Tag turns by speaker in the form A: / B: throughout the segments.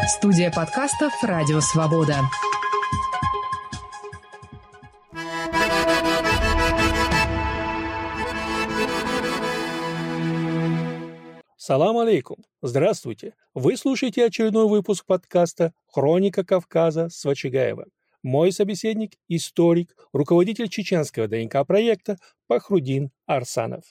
A: Студия подкастов «Радио Свобода».
B: Салам алейкум! Здравствуйте! Вы слушаете очередной выпуск подкаста «Хроника Кавказа» с Вачигаевым. Мой собеседник – историк, руководитель чеченского ДНК-проекта Пахрудин Арсанов.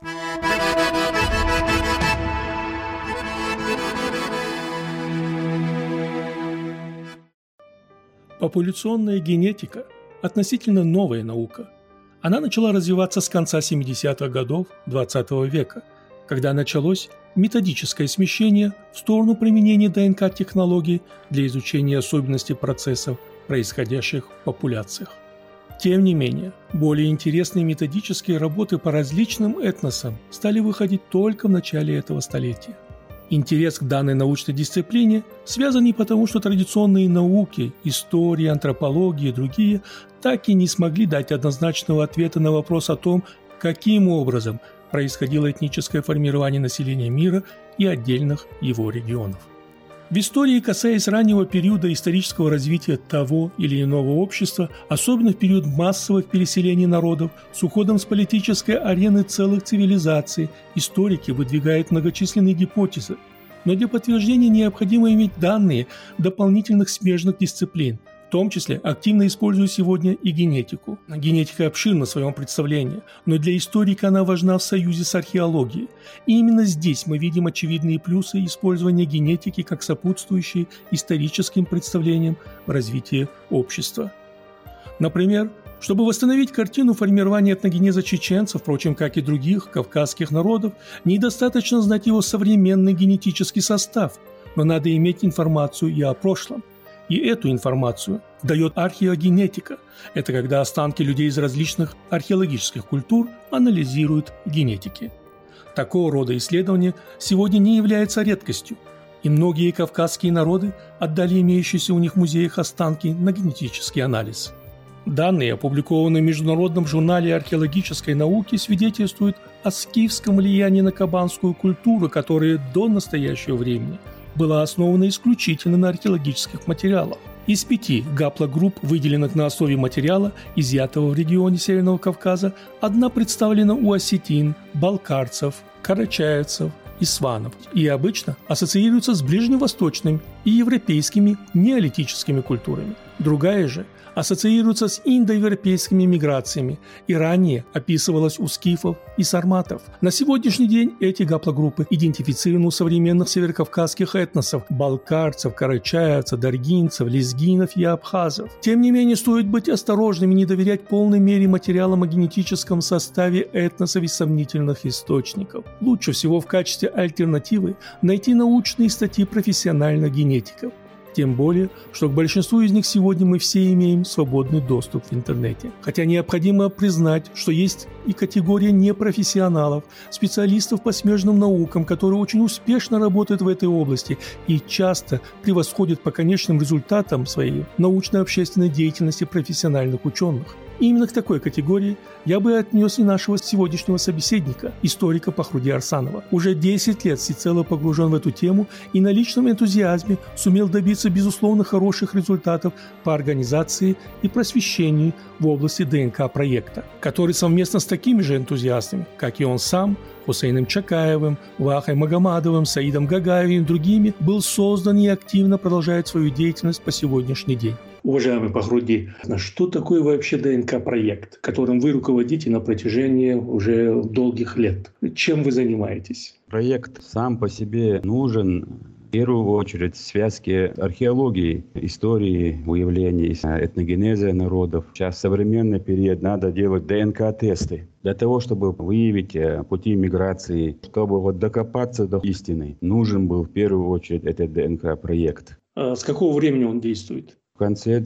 B: Популяционная генетика – относительно новая наука. Она начала развиваться с конца 70-х годов XX века, когда началось методическое смещение в сторону применения ДНК-технологий для изучения особенностей процессов, происходящих в популяциях. Тем не менее, более интересные методические работы по различным этносам стали выходить только в начале этого столетия. Интерес к данной научной дисциплине связан не потому, что традиционные науки, история, антропология и другие так и не смогли дать однозначного ответа на вопрос о том, каким образом происходило этническое формирование населения мира и отдельных его регионов. В истории, касаясь раннего периода исторического развития того или иного общества, особенно в период массовых переселений народов, с уходом с политической арены целых цивилизаций, историки выдвигают многочисленные гипотезы. Но для подтверждения необходимо иметь данные дополнительных смежных дисциплин. В том числе активно использую сегодня и генетику. Генетика обширна в своем представлении, но для историка она важна в союзе с археологией. И именно здесь мы видим очевидные плюсы использования генетики как сопутствующей историческим представлениям в развитии общества. Например, чтобы восстановить картину формирования этногенеза чеченцев, впрочем, как и других кавказских народов, недостаточно знать его современный генетический состав, но надо иметь информацию и о прошлом. И эту информацию дает археогенетика. Это когда останки людей из различных археологических культур анализируют в генетике. Такого рода исследование сегодня не является редкостью, и многие кавказские народы отдали имеющиеся у них в музеях останки на генетический анализ. Данные, опубликованные в Международном журнале археологической науки, свидетельствуют о скифском влиянии на кабанскую культуру, которая до настоящего времени была основана исключительно на археологических материалах. Из 5 гаплогрупп, выделенных на основе материала, изъятого в регионе Северного Кавказа, одна представлена у осетин, балкарцев, карачаевцев и сванов и обычно ассоциируется с ближневосточными и европейскими неолитическими культурами. Другая же ассоциируется с индоевропейскими миграциями и ранее описывалась у скифов и сарматов. На сегодняшний день эти гаплогруппы идентифицированы у современных северокавказских этносов – балкарцев, карачаевцев, даргинцев, лезгинов и абхазов. Тем не менее, стоит быть осторожными и не доверять в полной мере материалам о генетическом составе этносов из сомнительных источников. Лучше всего в качестве альтернативы найти научные статьи профессиональных генетиков. Тем более, что к большинству из них сегодня мы все имеем свободный доступ в интернете. Хотя необходимо признать, что есть и категория непрофессионалов, специалистов по смежным наукам, которые очень успешно работают в этой области и часто превосходят по конечным результатам своей научно-общественной деятельности профессиональных ученых. И именно к такой категории я бы отнес и нашего сегодняшнего собеседника, историка Пахруди Арсанова. Уже 10 лет всецело погружен в эту тему и на личном энтузиазме сумел добиться безусловно хороших результатов по организации и просвещению в области ДНК-проекта, который совместно с такими же энтузиастами, как и он сам, Хусейном Чакаевым, Вахой Магомадовым, Саидом Гагаевым и другими, был создан и активно продолжает свою деятельность по сегодняшний день.
C: Уважаемый Пахруди, что такое вообще ДНК-проект, которым вы руководите на протяжении уже долгих лет? Чем вы занимаетесь?
D: Проект сам по себе нужен в первую очередь в связке археологии, истории, выявления этногенеза народов. Сейчас в современный период надо делать ДНК-тесты для того, чтобы выявить пути миграции, чтобы докопаться до истины. Нужен был в первую очередь этот ДНК-проект.
C: А с какого времени он действует?
D: В конце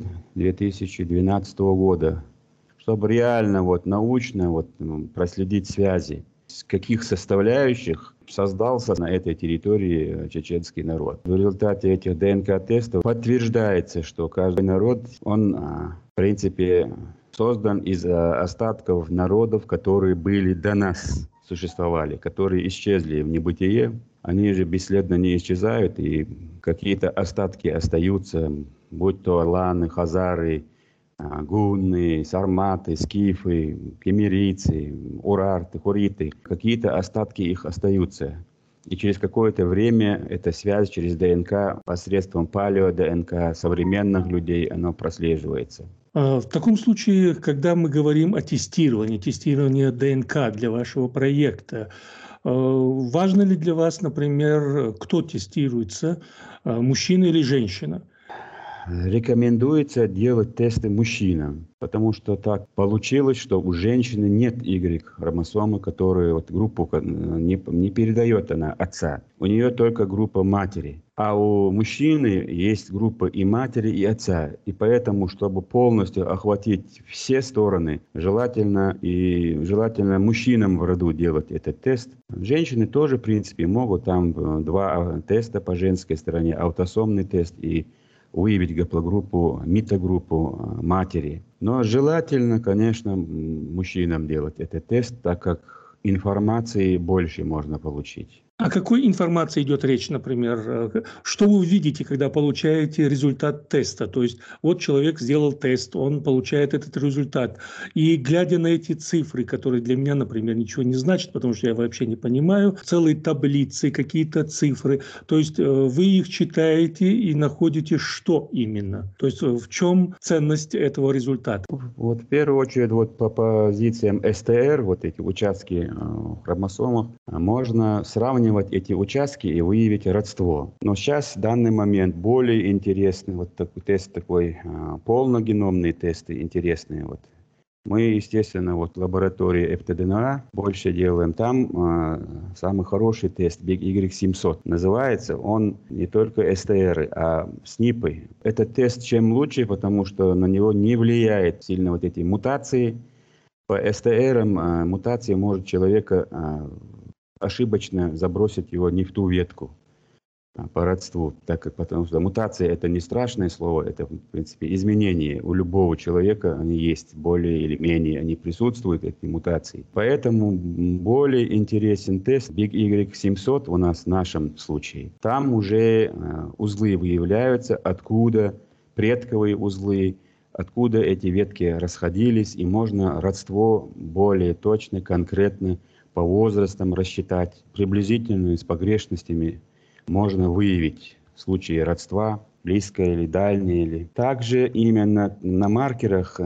D: 2012 года, чтобы реально научно проследить связи, с каких составляющих создался на этой территории чеченский народ. В результате этих ДНК-тестов подтверждается, что каждый народ, он в принципе создан из остатков народов, которые были до нас, существовали, которые исчезли в небытие, они же бесследно не исчезают, и какие-то остатки остаются, будь то аланы, хазары, гунны, сарматы, скифы, кемерийцы, урарты, хуриты. Какие-то остатки их остаются. И через какое-то время эта связь через ДНК посредством палео-ДНК современных людей, она прослеживается.
C: В таком случае, когда мы говорим о тестировании ДНК для вашего проекта, важно ли для вас, например, кто тестируется, мужчина или женщина?
D: Рекомендуется делать тесты мужчинам, потому что так получилось, что у женщины нет Y-хромосомы, которую группу не передает она отца. У нее только группа матери. А у мужчины есть группа и матери, и отца. И поэтому, чтобы полностью охватить все стороны, желательно мужчинам в роду делать этот тест. Женщины тоже, в принципе, могут там 2 теста по женской стороне, аутосомный тест и выявить гаплогруппу, митогруппу матери. Но желательно, конечно, мужчинам делать этот тест, так как информации больше можно получить.
C: О какой информации идет речь, например? Что вы видите, когда получаете результат теста? То есть вот человек сделал тест, он получает этот результат. И глядя на эти цифры, которые для меня, например, ничего не значат, потому что я вообще не понимаю, целые таблицы, какие-то цифры. То есть вы их читаете и находите, что именно? То есть в чем ценность этого результата?
D: Вот в первую очередь по позициям СТР, эти участки хромосомов, можно сравнивать эти участки и выявить родство. Но сейчас, в данный момент, более интересный такой тест, полногеномные тесты интересные. Мы, естественно, в лаборатории ФТДНА больше делаем. Там самый хороший тест, Big Y700 называется. Он не только СТР, а СНИПы. Этот тест чем лучше, потому что на него не влияет сильно эти мутации. По СТРам мутация может человека ошибочно забросить его не в ту ветку по родству, потому что мутация — это не страшное слово, это, в принципе, изменения. У любого человека они есть, более или менее они присутствуют, эти мутации. Поэтому более интересен тест Big Y700 у нас в нашем случае. Там уже узлы выявляются, откуда предковые узлы, откуда эти ветки расходились, и можно родство более точно, конкретно по возрастам рассчитать, приблизительно с погрешностями можно выявить случаи родства, близкое или дальнее. Также именно на маркерах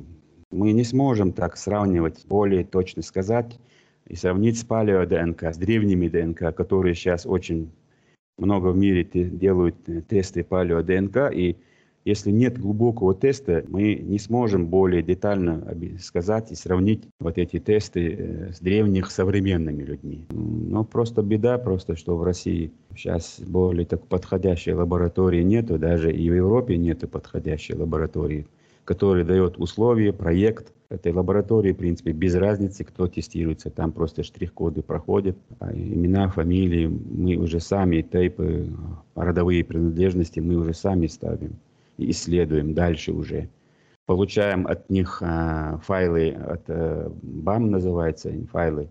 D: мы не сможем так сравнивать, более точно сказать и сравнить с палео-ДНК, с древними ДНК, которые сейчас очень много в мире делают тесты палео-ДНК, и если нет глубокого теста, мы не сможем более детально сказать и сравнить эти тесты с древних современными людьми. Но просто беда, что в России сейчас более подходящей лаборатории нету, даже и в Европе нету подходящей лаборатории, которая дает условия, проект этой лаборатории, в принципе, без разницы, кто тестируется. Там просто штрих-коды проходят, а имена, фамилии мы уже сами, тейпы, родовые принадлежности мы уже сами ставим. И исследуем дальше уже. Получаем от них файлы, от BAM называется, файлы,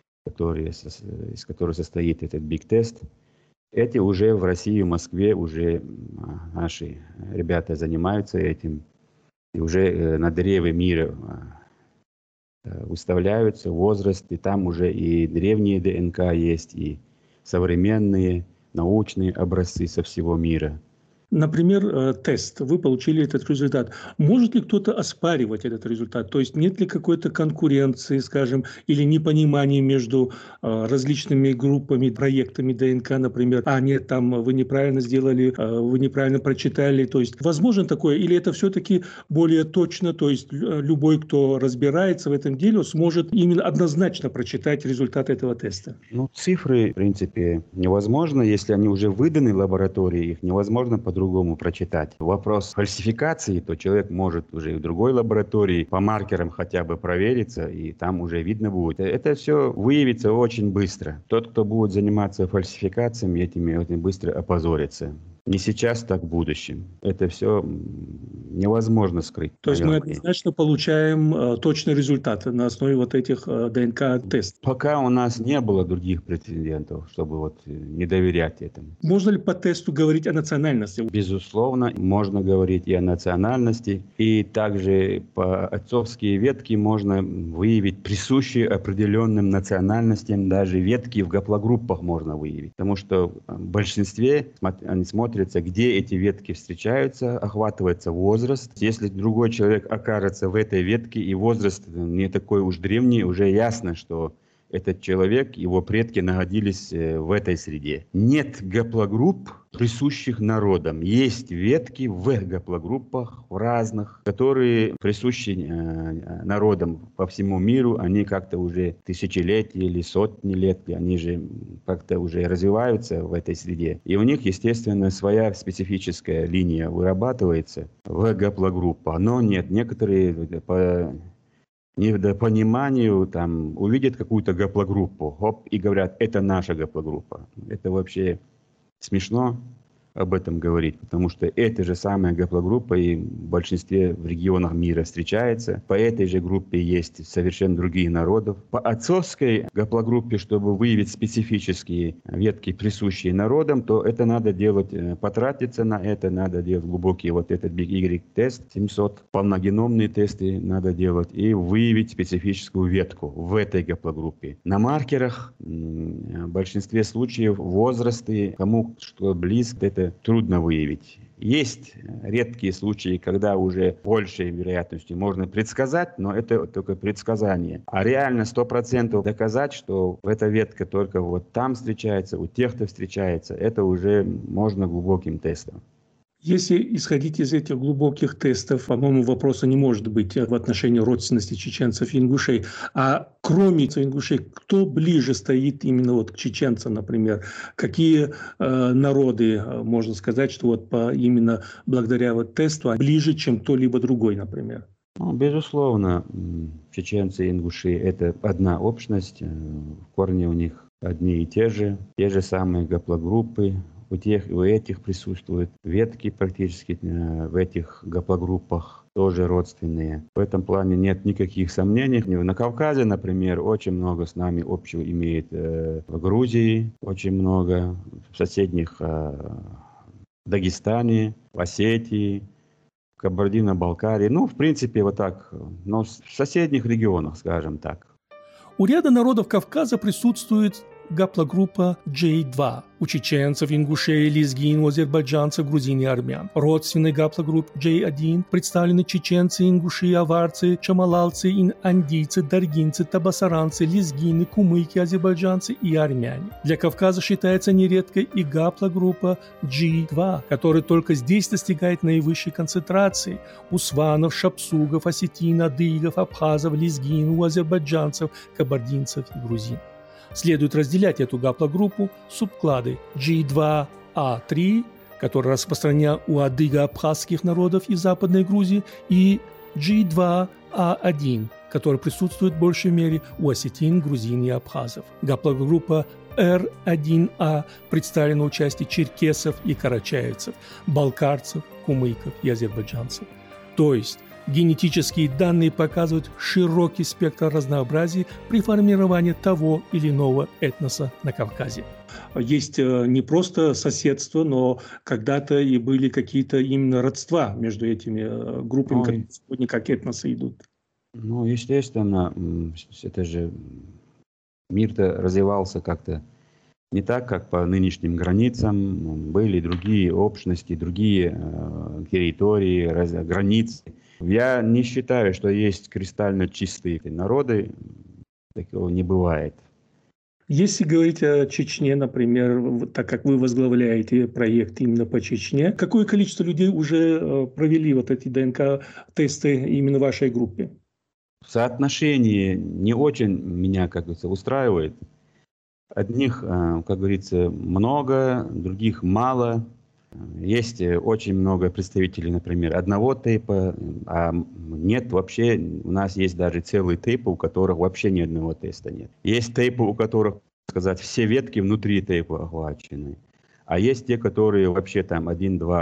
D: из которых состоит этот Big Test. Эти уже в России, в Москве уже наши ребята занимаются этим. И уже на древе мира выставляются возраст, и там уже и древние ДНК есть, и современные научные образцы со всего мира.
C: Например, тест. Вы получили этот результат. Может ли кто-то оспаривать этот результат? То есть нет ли какой-то конкуренции, скажем, или непонимания между различными группами, проектами ДНК, например? Нет, там вы неправильно сделали, вы неправильно прочитали. То есть возможно такое? Или это все-таки более точно? То есть любой, кто разбирается в этом деле, сможет именно однозначно прочитать результат этого теста?
D: Цифры, в принципе, невозможно. Если они уже выданы лаборатории, их невозможно по-другому прочитать. Вопрос фальсификации, то человек может уже и в другой лаборатории по маркерам хотя бы провериться, и там уже видно будет. Это все выявится очень быстро. Тот, кто будет заниматься фальсификациями, этими очень быстро опозорится. Не сейчас, так в будущем. Это все невозможно скрыть.
C: То есть мы однозначно получаем точный результат на основе вот этих ДНК-тестов.
D: Пока у нас не было других претендентов, чтобы вот не доверять этому.
C: Можно ли по тесту говорить о национальности?
D: Безусловно, можно говорить и о национальности, и также по отцовские ветки можно выявить присущие определенным национальностям, даже ветки в гаплогруппах можно выявить. Потому что в большинстве они смотрятся, где эти ветки встречаются, охватывается возраст. Если другой человек окажется в этой ветке и возраст не такой уж древний, уже ясно, что этот человек, его предки находились в этой среде. Нет гаплогрупп, присущих народам. Есть ветки в гаплогруппах, в разных, которые присущи народам по всему миру. Они как-то уже тысячелетия или сотни лет, они же как-то уже развиваются в этой среде. И у них, естественно, своя специфическая линия вырабатывается в гаплогруппах. Но нет, некоторые по недопониманию там увидят какую-то гаплогруппу, хоп, и говорят, это наша гаплогруппа. Это вообще смешно об этом говорить, потому что эта же самая гаплогруппа и в большинстве регионов мира встречается. По этой же группе есть совершенно другие народы. По отцовской гаплогруппе, чтобы выявить специфические ветки, присущие народам, то это надо делать, потратиться на это, надо делать глубокий вот этот Big Y-тест, 700 полногеномные тесты надо делать и выявить специфическую ветку в этой гаплогруппе. На маркерах в большинстве случаев возрасты, кому что близко, это трудно выявить. Есть редкие случаи, когда уже большей вероятностью можно предсказать, но это только предсказание. А реально 100% доказать, что эта ветка только вот там встречается, у тех-то встречается, это уже можно глубоким тестом.
C: Если исходить из этих глубоких тестов, по-моему, вопроса не может быть в отношении родственности чеченцев и ингушей. А кроме ингушей, кто ближе стоит именно вот к чеченцам, например? Какие народы, можно сказать, что вот именно благодаря вот тесту ближе, чем кто-либо другой, например?
D: Ну, безусловно, чеченцы и ингуши – это одна общность. В корне у них одни и те же самые гаплогруппы. У этих присутствуют ветки практически в этих гаплогруппах, тоже родственные. В этом плане нет никаких сомнений. На Кавказе, например, очень много с нами общего имеет в Грузии, очень много в соседних Дагестане, в Осетии, в Кабардино-Балкарии. Ну, в принципе, вот так, но в соседних регионах, скажем так.
B: У ряда народов Кавказа присутствует гаплогруппа J2 у чеченцев, ингушей, лезгин, у азербайджанцев, грузин и армян. Родственной гаплогруппе J1 представлены чеченцы, ингуши, аварцы, чамалалцы, андийцы, даргинцы, табасаранцы, лезгины, кумыки, азербайджанцы и армяне. Для Кавказа считается нередкой и гаплогруппа G2, которая только здесь достигает наивысшей концентрации. У сванов, шапсугов, осетин, адыгов, абхазов, лезгин, у азербайджанцев, кабардинцев и грузин. Следует разделять эту гаплогруппу субклады G2A3, который распространен у адыго-абхазских народов из Западной Грузии, и G2A1, который присутствует в большей мере у осетин, грузин и абхазов. Гаплогруппа R1A представлена участием черкесов и карачаевцев, балкарцев, кумыков и азербайджанцев. То есть генетические данные показывают широкий спектр разнообразия при формировании того или иного этноса на Кавказе.
C: Есть не просто соседство, но когда-то и были какие-то именно родства между этими группами, которые сегодня как этносы идут.
D: Ну, естественно, это же мир-то развивался как-то не так, как по нынешним границам. Были другие общности, другие территории, границы. Я не считаю, что есть кристально чистые народы. Такого не бывает.
C: Если говорить о Чечне, например, так как вы возглавляете проект именно по Чечне, какое количество людей уже провели вот эти ДНК-тесты именно в вашей группе?
D: Соотношение не очень меня, как говорится, устраивает. Одних, как говорится, много, других мало. Есть очень много представителей, например, одного тейпа, а нет вообще, у нас есть даже целые тейпы, у которых вообще ни одного теста нет. Есть тейпы, у которых, сказать, все ветки внутри тейпа охвачены, а есть те, которые вообще там 1-2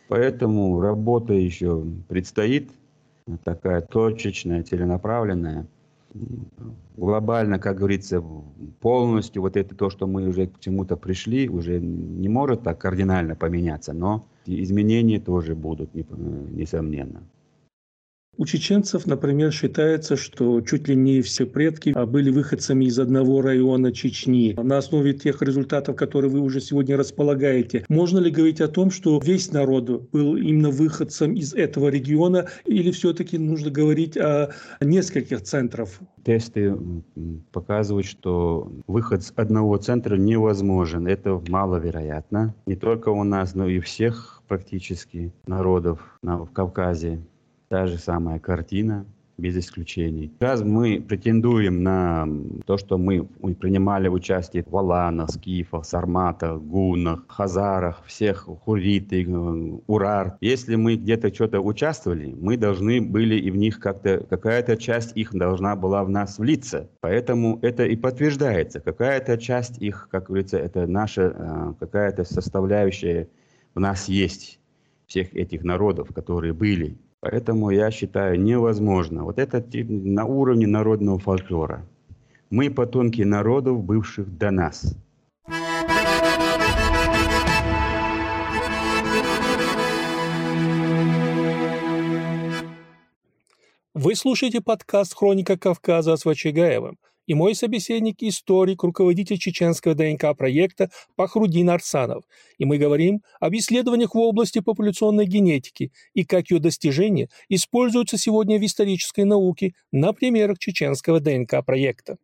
D: Поэтому работа еще предстоит, такая точечная, целенаправленная. Глобально, как говорится, полностью вот это то, что мы уже к чему-то пришли, уже не может так кардинально поменяться, но изменения тоже будут, несомненно.
C: У чеченцев, например, считается, что чуть ли не все предки были выходцами из одного района Чечни. На основе тех результатов, которые вы уже сегодня располагаете, можно ли говорить о том, что весь народ был именно выходцем из этого региона, или все-таки нужно говорить о нескольких центрах?
D: Тесты показывают, что выход с одного центра невозможен. Это маловероятно. Не только у нас, но и у всех практически народов в Кавказе. Та же самая картина, без исключений. Сейчас мы претендуем на то, что мы принимали участие в валанах, скифах, сарматах, гунах, хазарах, всех хуриты, урар. Если мы где-то что-то участвовали, мы должны были и в них как-то, какая-то часть их должна была в нас влиться. Поэтому это и подтверждается. Какая-то часть их, как говорится, это наша какая-то составляющая в нас есть, всех этих народов, которые были. Поэтому я считаю невозможно. Вот это на уровне народного фольклора. Мы потомки народов, бывших до нас.
B: Вы слушаете подкаст «Хроника Кавказа» с Вачигаевым. И мой собеседник – историк, руководитель чеченского ДНК-проекта Пахрудин Арсанов. И мы говорим об исследованиях в области популяционной генетики и как ее достижения используются сегодня в исторической науке на примерах чеченского ДНК-проекта.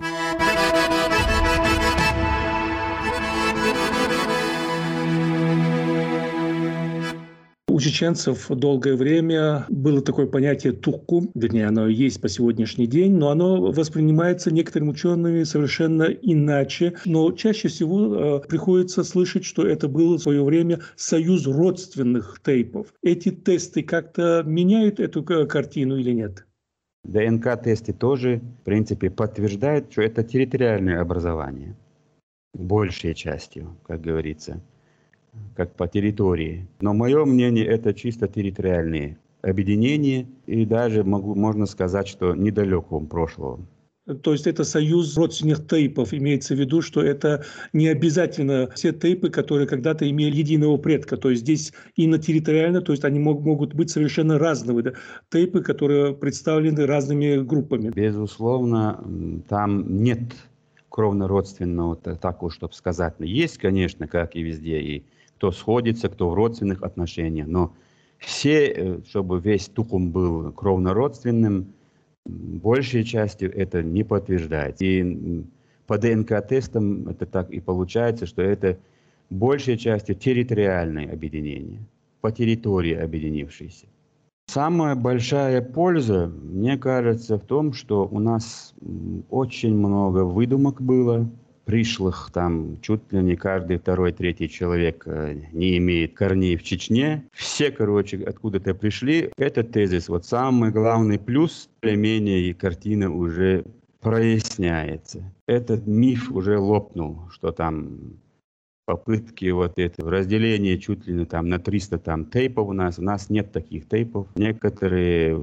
C: У чеченцев долгое время было такое понятие «тухкум», вернее, оно есть по сегодняшний день, но оно воспринимается некоторыми учеными совершенно иначе. Но чаще всего приходится слышать, что это был в свое время союз родственных тейпов. Эти тесты как-то меняют эту картину или нет?
D: ДНК-тесты тоже, в принципе, подтверждают, что это территориальное образование. Большей частью, как говорится. Как по территории. Но мое мнение, это чисто территориальные объединения, и даже можно сказать, что недалекого прошлого.
C: То есть это союз родственных тейпов, имеется в виду, что это не обязательно все тейпы, которые когда-то имели единого предка. То есть здесь именно территориально, то есть они могут быть совершенно разные, да, тейпы, которые представлены разными группами.
D: Безусловно, там нет кровно-родственного, так уж, чтобы сказать. Есть, конечно, как и везде, и кто сходится, кто в родственных отношениях, но все, чтобы весь тукум был кровно-родственным, большей частью это не подтверждается. И по ДНК-тестам это так и получается, что это большей частью территориальные объединения, по территории объединившиеся. Самая большая польза, мне кажется, в том, что у нас очень много выдумок было, пришлых, там чуть ли не каждый второй, третий человек не имеет корней в Чечне. Все, короче, откуда-то пришли. Этот тезис, вот самый главный плюс, более-менее, и картина уже проясняется. Этот миф уже лопнул, что там попытки вот это разделение чуть ли не там на 300 там тейпов у нас нет таких тейпов. Некоторые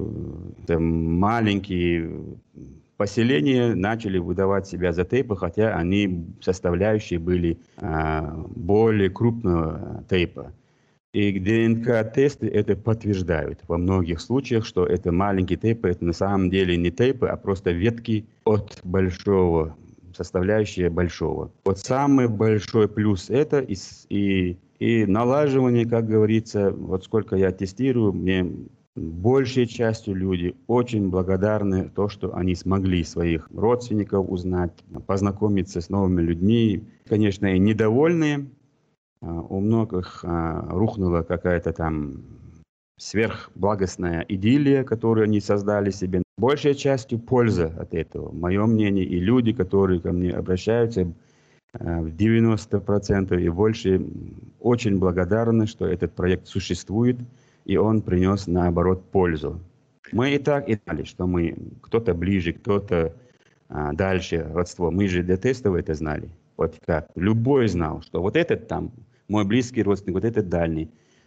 D: маленькие поселения начали выдавать себя за тейпы, хотя они составляющие были более крупного тейпа. И ДНК-тесты это подтверждают во многих случаях, что это маленькие тейпы, это на самом деле не тейпы, а просто ветки от большого, составляющие большого. Вот самый большой плюс это и налаживание, как говорится, вот сколько я тестирую, мне большей частью люди очень благодарны то, что они смогли своих родственников узнать, познакомиться с новыми людьми. Конечно, и недовольные. У многих рухнула какая-то там сверхблагостная идиллия, которую они создали себе. Большей частью польза от этого, мое мнение, и люди, которые ко мне обращаются, в 90% и больше очень благодарны, что этот проект существует, и он принес, наоборот, пользу. Мы и так и знали, что мы кто-то ближе, кто-то дальше родство. Мы же для тестов это знали. Вот как любой знал, что вот этот там мой близкий родственник, вот этот дальний.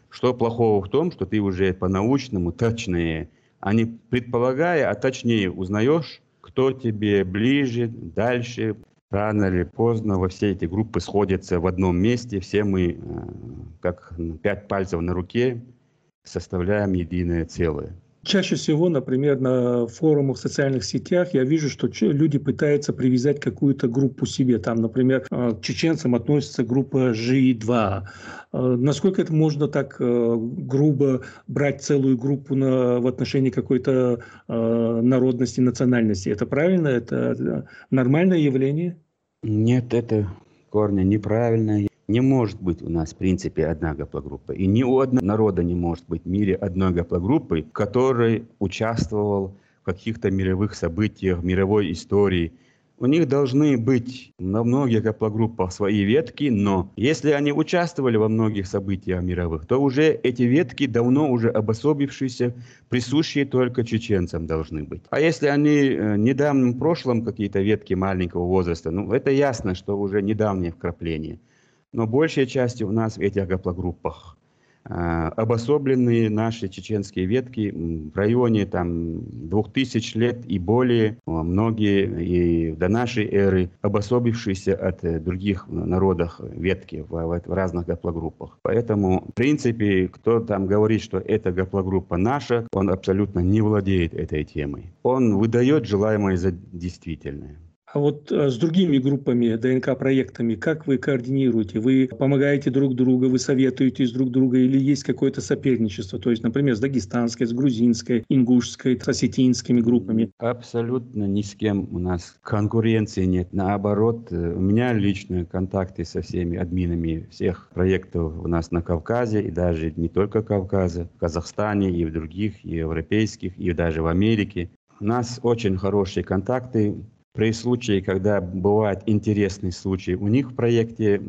D: Что плохого в том, что ты уже по-научному точнее, а не предполагая, а точнее узнаешь, кто тебе ближе, дальше. Рано или поздно во все эти группы сходятся в одном месте. Все мы, как 5 пальцев на руке, составляем единое целое.
C: Чаще всего, например, на форумах в социальных сетях я вижу, что люди пытаются привязать какую-то группу себе. Там, например, к чеченцам относится группа ЖИ-2. Насколько это можно так грубо брать целую группу в отношении какой-то народности, национальности? Это правильно? Это нормальное явление?
D: Нет, это корня неправильно. Не может быть у нас, в принципе, одна гаплогруппа. И ни у одного народа не может быть в мире одной гаплогруппы, который участвовал в каких-то мировых событиях, мировой истории. У них должны быть на многих гаплогруппах свои ветки, но если они участвовали во многих событиях мировых, то уже эти ветки давно уже обособившиеся, присущие только чеченцам должны быть. А если они в недавнем прошлом какие-то ветки маленького возраста, это ясно, что уже недавнее вкрапление. Но большей частью у нас в этих гаплогруппах обособленные наши чеченские ветки в районе 2000 лет и более, многие и до нашей эры обособившиеся от других народов ветки в разных гаплогруппах. Поэтому, в принципе, кто там говорит, что эта гаплогруппа наша, он абсолютно не владеет этой темой. Он выдает желаемое за действительное.
C: А вот с другими группами, ДНК-проектами, как вы координируете? Вы помогаете друг другу, вы советуетесь друг друга или есть какое-то соперничество? То есть, например, с дагестанской, с грузинской, ингушской, с осетинскими группами?
D: Абсолютно ни с кем у нас конкуренции нет. Наоборот, у меня личные контакты со всеми админами всех проектов у нас на Кавказе, и даже не только Кавказе, в Казахстане и в других, и европейских, и даже в Америке. У нас очень хорошие контакты. При случае, когда бывает интересный случай у них в проекте,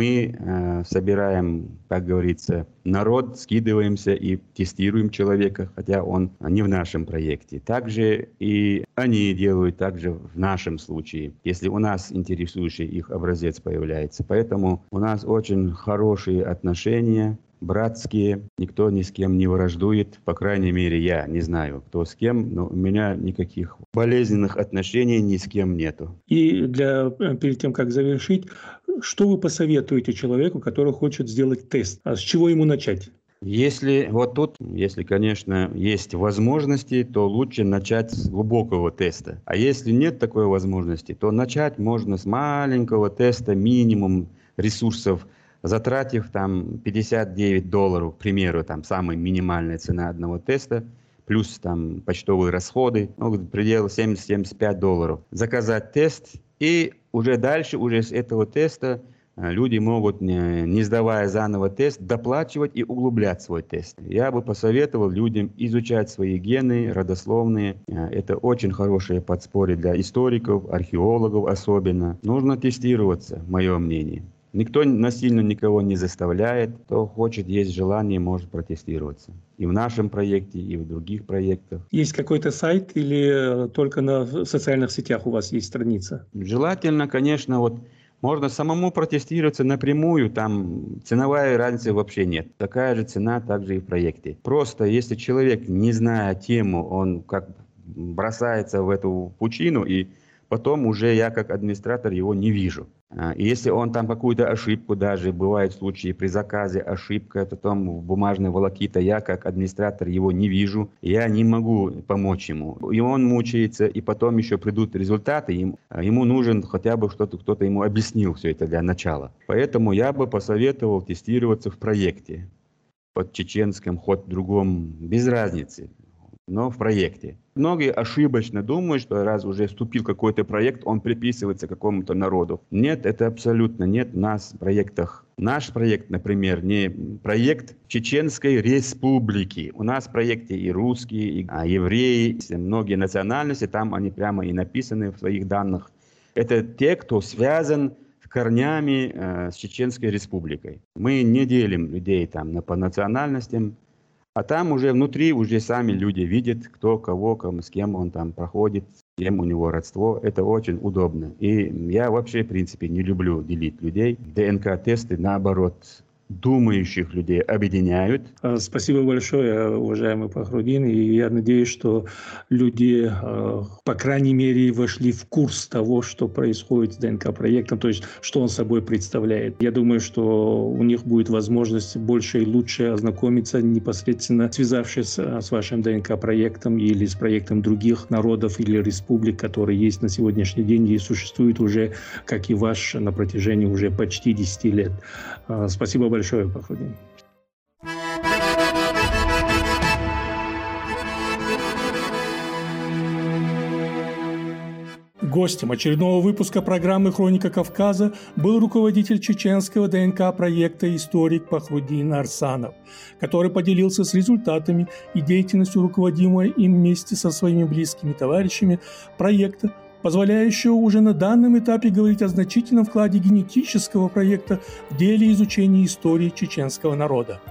D: мы собираем, как говорится, народ, скидываемся и тестируем человека, хотя он не в нашем проекте. Также и они делают также в нашем случае, если у нас интересующий их образец появляется. Поэтому у нас очень хорошие отношения, братские, никто ни с кем не враждует, по крайней мере, я не знаю, кто с кем, но у меня никаких болезненных отношений ни с кем нету.
C: И перед тем, как завершить, что вы посоветуете человеку, который хочет сделать тест? А с чего ему начать?
D: Если, конечно, есть возможности, то лучше начать с глубокого теста. А если нет такой возможности, то начать можно с маленького теста, минимум ресурсов, затратив $59, к примеру, самая минимальная цена одного теста, плюс почтовые расходы, предел $70-75. Заказать тест, и уже дальше, уже с этого теста люди могут, не сдавая заново тест, доплачивать и углублять свой тест. Я бы посоветовал людям изучать свои гены, родословные. Это очень хорошее подспорье для историков, археологов особенно. Нужно тестироваться, мое мнение. Никто насильно никого не заставляет. Кто хочет, есть желание, может протестироваться. И в нашем проекте, и в других проектах.
C: Есть какой-то сайт или только на социальных сетях у вас есть страница?
D: Желательно, конечно, можно самому протестироваться напрямую, ценовая разницы вообще нет. Такая же цена, также и в проекте. Просто если человек, не зная тему, он бросается в эту пучину, и потом уже я как администратор его не вижу. И если он какую-то ошибку, даже бывают случаи при заказе ошибка, потом в бумажной волокита, я как администратор его не вижу, я не могу помочь ему. И он мучается, и потом еще придут результаты, ему нужен хотя бы кто-то ему объяснил все это для начала. Поэтому я бы посоветовал тестироваться в проекте. Хоть чеченском, хоть другом, без разницы, но в проекте. Многие ошибочно думают, что раз уже вступил какой-то проект, он приписывается какому-то народу. Нет, это абсолютно нет. У нас в проектах, наш проект, например, не проект Чеченской Республики. У нас в проекте и русские, и евреи, многие национальности, там они прямо и написаны в своих данных. Это те, кто связан с корнями с Чеченской Республикой. Мы не делим людей по национальностям. А там уже внутри сами люди видят, кто кого, с кем он проходит, с кем у него родство. Это очень удобно. И я вообще, в принципе, не люблю делить людей. ДНК-тесты, наоборот, думающих людей объединяют.
C: Спасибо большое, уважаемый Пахрудин. И я надеюсь, что люди, по крайней мере, вошли в курс того, что происходит с ДНК-проектом, то есть что он собой представляет. Я думаю, что у них будет возможность больше и лучше ознакомиться, непосредственно связавшись с вашим ДНК-проектом или с проектом других народов или республик, которые есть на сегодняшний день и существуют уже, как и ваш, на протяжении уже почти 10 лет. Спасибо большое, Пахрудин.
B: Гостем очередного выпуска программы «Хроника Кавказа» был руководитель чеченского ДНК-проекта историк Пахрудин Арсанов, который поделился с результатами и деятельностью руководимого им вместе со своими близкими товарищами проекта, позволяющего уже на данном этапе говорить о значительном вкладе генетического проекта в деле изучения истории чеченского народа.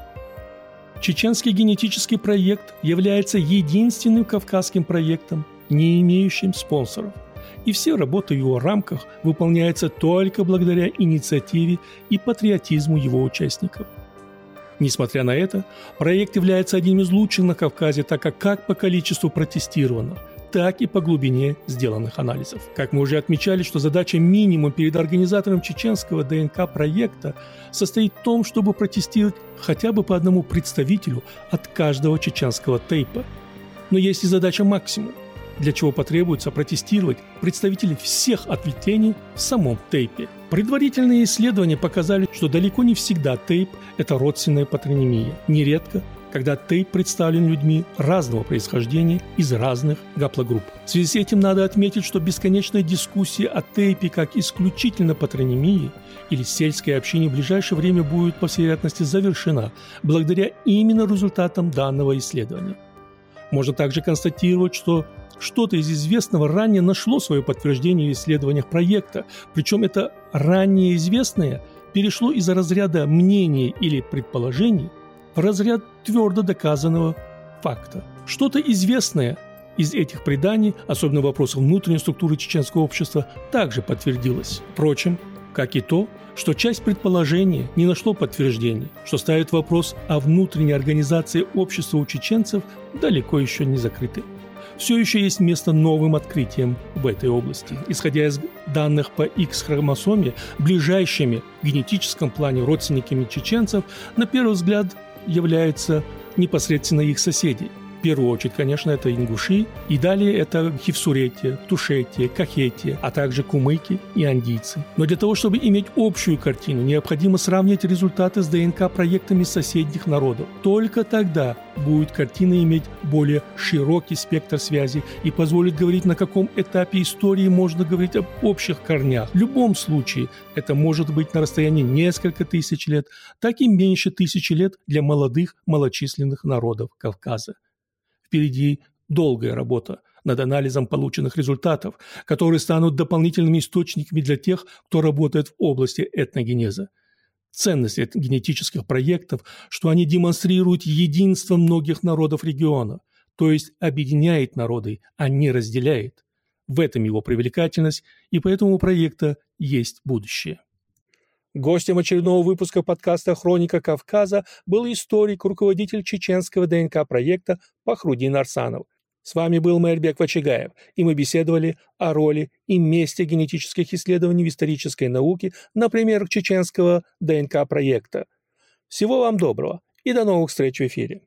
B: Чеченский генетический проект является единственным кавказским проектом, не имеющим спонсоров. И все работы в его рамках выполняются только благодаря инициативе и патриотизму его участников. Несмотря на это, проект является одним из лучших на Кавказе, так как по количеству протестированных, так и по глубине сделанных анализов. Как мы уже отмечали, что задача минимум перед организатором чеченского ДНК-проекта состоит в том, чтобы протестировать хотя бы по одному представителю от каждого чеченского тейпа. Но есть и задача максимум, для чего потребуется протестировать представителей всех ответвлений в самом тейпе. Предварительные исследования показали, что далеко не всегда тейп – это родственная патронимия. Нередко, когда тейп представлен людьми разного происхождения из разных гаплогрупп. В связи с этим надо отметить, что бесконечная дискуссия о тейпе как исключительно патронимии или сельской общине в ближайшее время будет, по всей вероятности, завершена благодаря именно результатам данного исследования. Можно также констатировать, что что-то из известного ранее нашло свое подтверждение в исследованиях проекта, причем это ранее известное перешло из разряда мнений или предположений в разряд твердо доказанного факта. Что-то известное из этих преданий, особенно вопросов внутренней структуры чеченского общества, также подтвердилось. Впрочем, как и то, что часть предположений не нашло подтверждения, что ставит вопрос о внутренней организации общества у чеченцев, далеко еще не закрыты. Все еще есть место новым открытиям в этой области. Исходя из данных по X-хромосоме, ближайшими в генетическом плане родственниками чеченцев на первый взгляд являются непосредственно их соседи. В первую очередь, конечно, это ингуши, и далее это хивсурети, тушети, кахети, а также кумыки и андийцы. Но для того, чтобы иметь общую картину, необходимо сравнить результаты с ДНК-проектами соседних народов. Только тогда будет картина иметь более широкий спектр связей и позволит говорить, на каком этапе истории можно говорить об общих корнях. В любом случае, это может быть на расстоянии несколько тысяч лет, так и меньше тысячи лет для молодых, малочисленных народов Кавказа. Впереди долгая работа над анализом полученных результатов, которые станут дополнительными источниками для тех, кто работает в области этногенеза. Ценность генетических проектов, что они демонстрируют единство многих народов региона, то есть объединяет народы, а не разделяет. В этом его привлекательность, и поэтому у проекта есть будущее. Гостем очередного выпуска подкаста «Хроника Кавказа» был историк, руководитель чеченского ДНК-проекта Пахрудин Арсанов. С вами был Майрбек Вачигаев, и мы беседовали о роли и месте генетических исследований в исторической науке на примерах чеченского ДНК-проекта. Всего вам доброго и до новых встреч в эфире.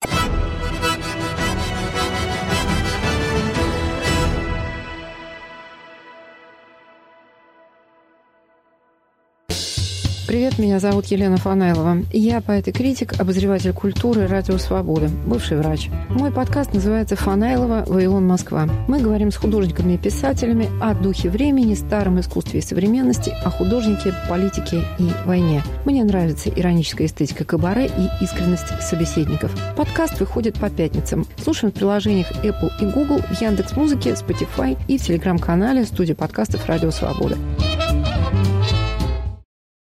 E: Привет, меня зовут Елена Фанайлова. Я поэт и критик, обозреватель культуры «Радио Свобода», бывший врач. Мой подкаст называется «Фанайлова. Вавилон. Москва». Мы говорим с художниками и писателями о духе времени, старом искусстве и современности, о художнике, политике и войне. Мне нравится ироническая эстетика кабаре и искренность собеседников. Подкаст выходит по пятницам. Слушаем в приложениях Apple и Google, в Яндекс.Музыке, Spotify и в телеграм-канале студии подкастов «Радио Свобода».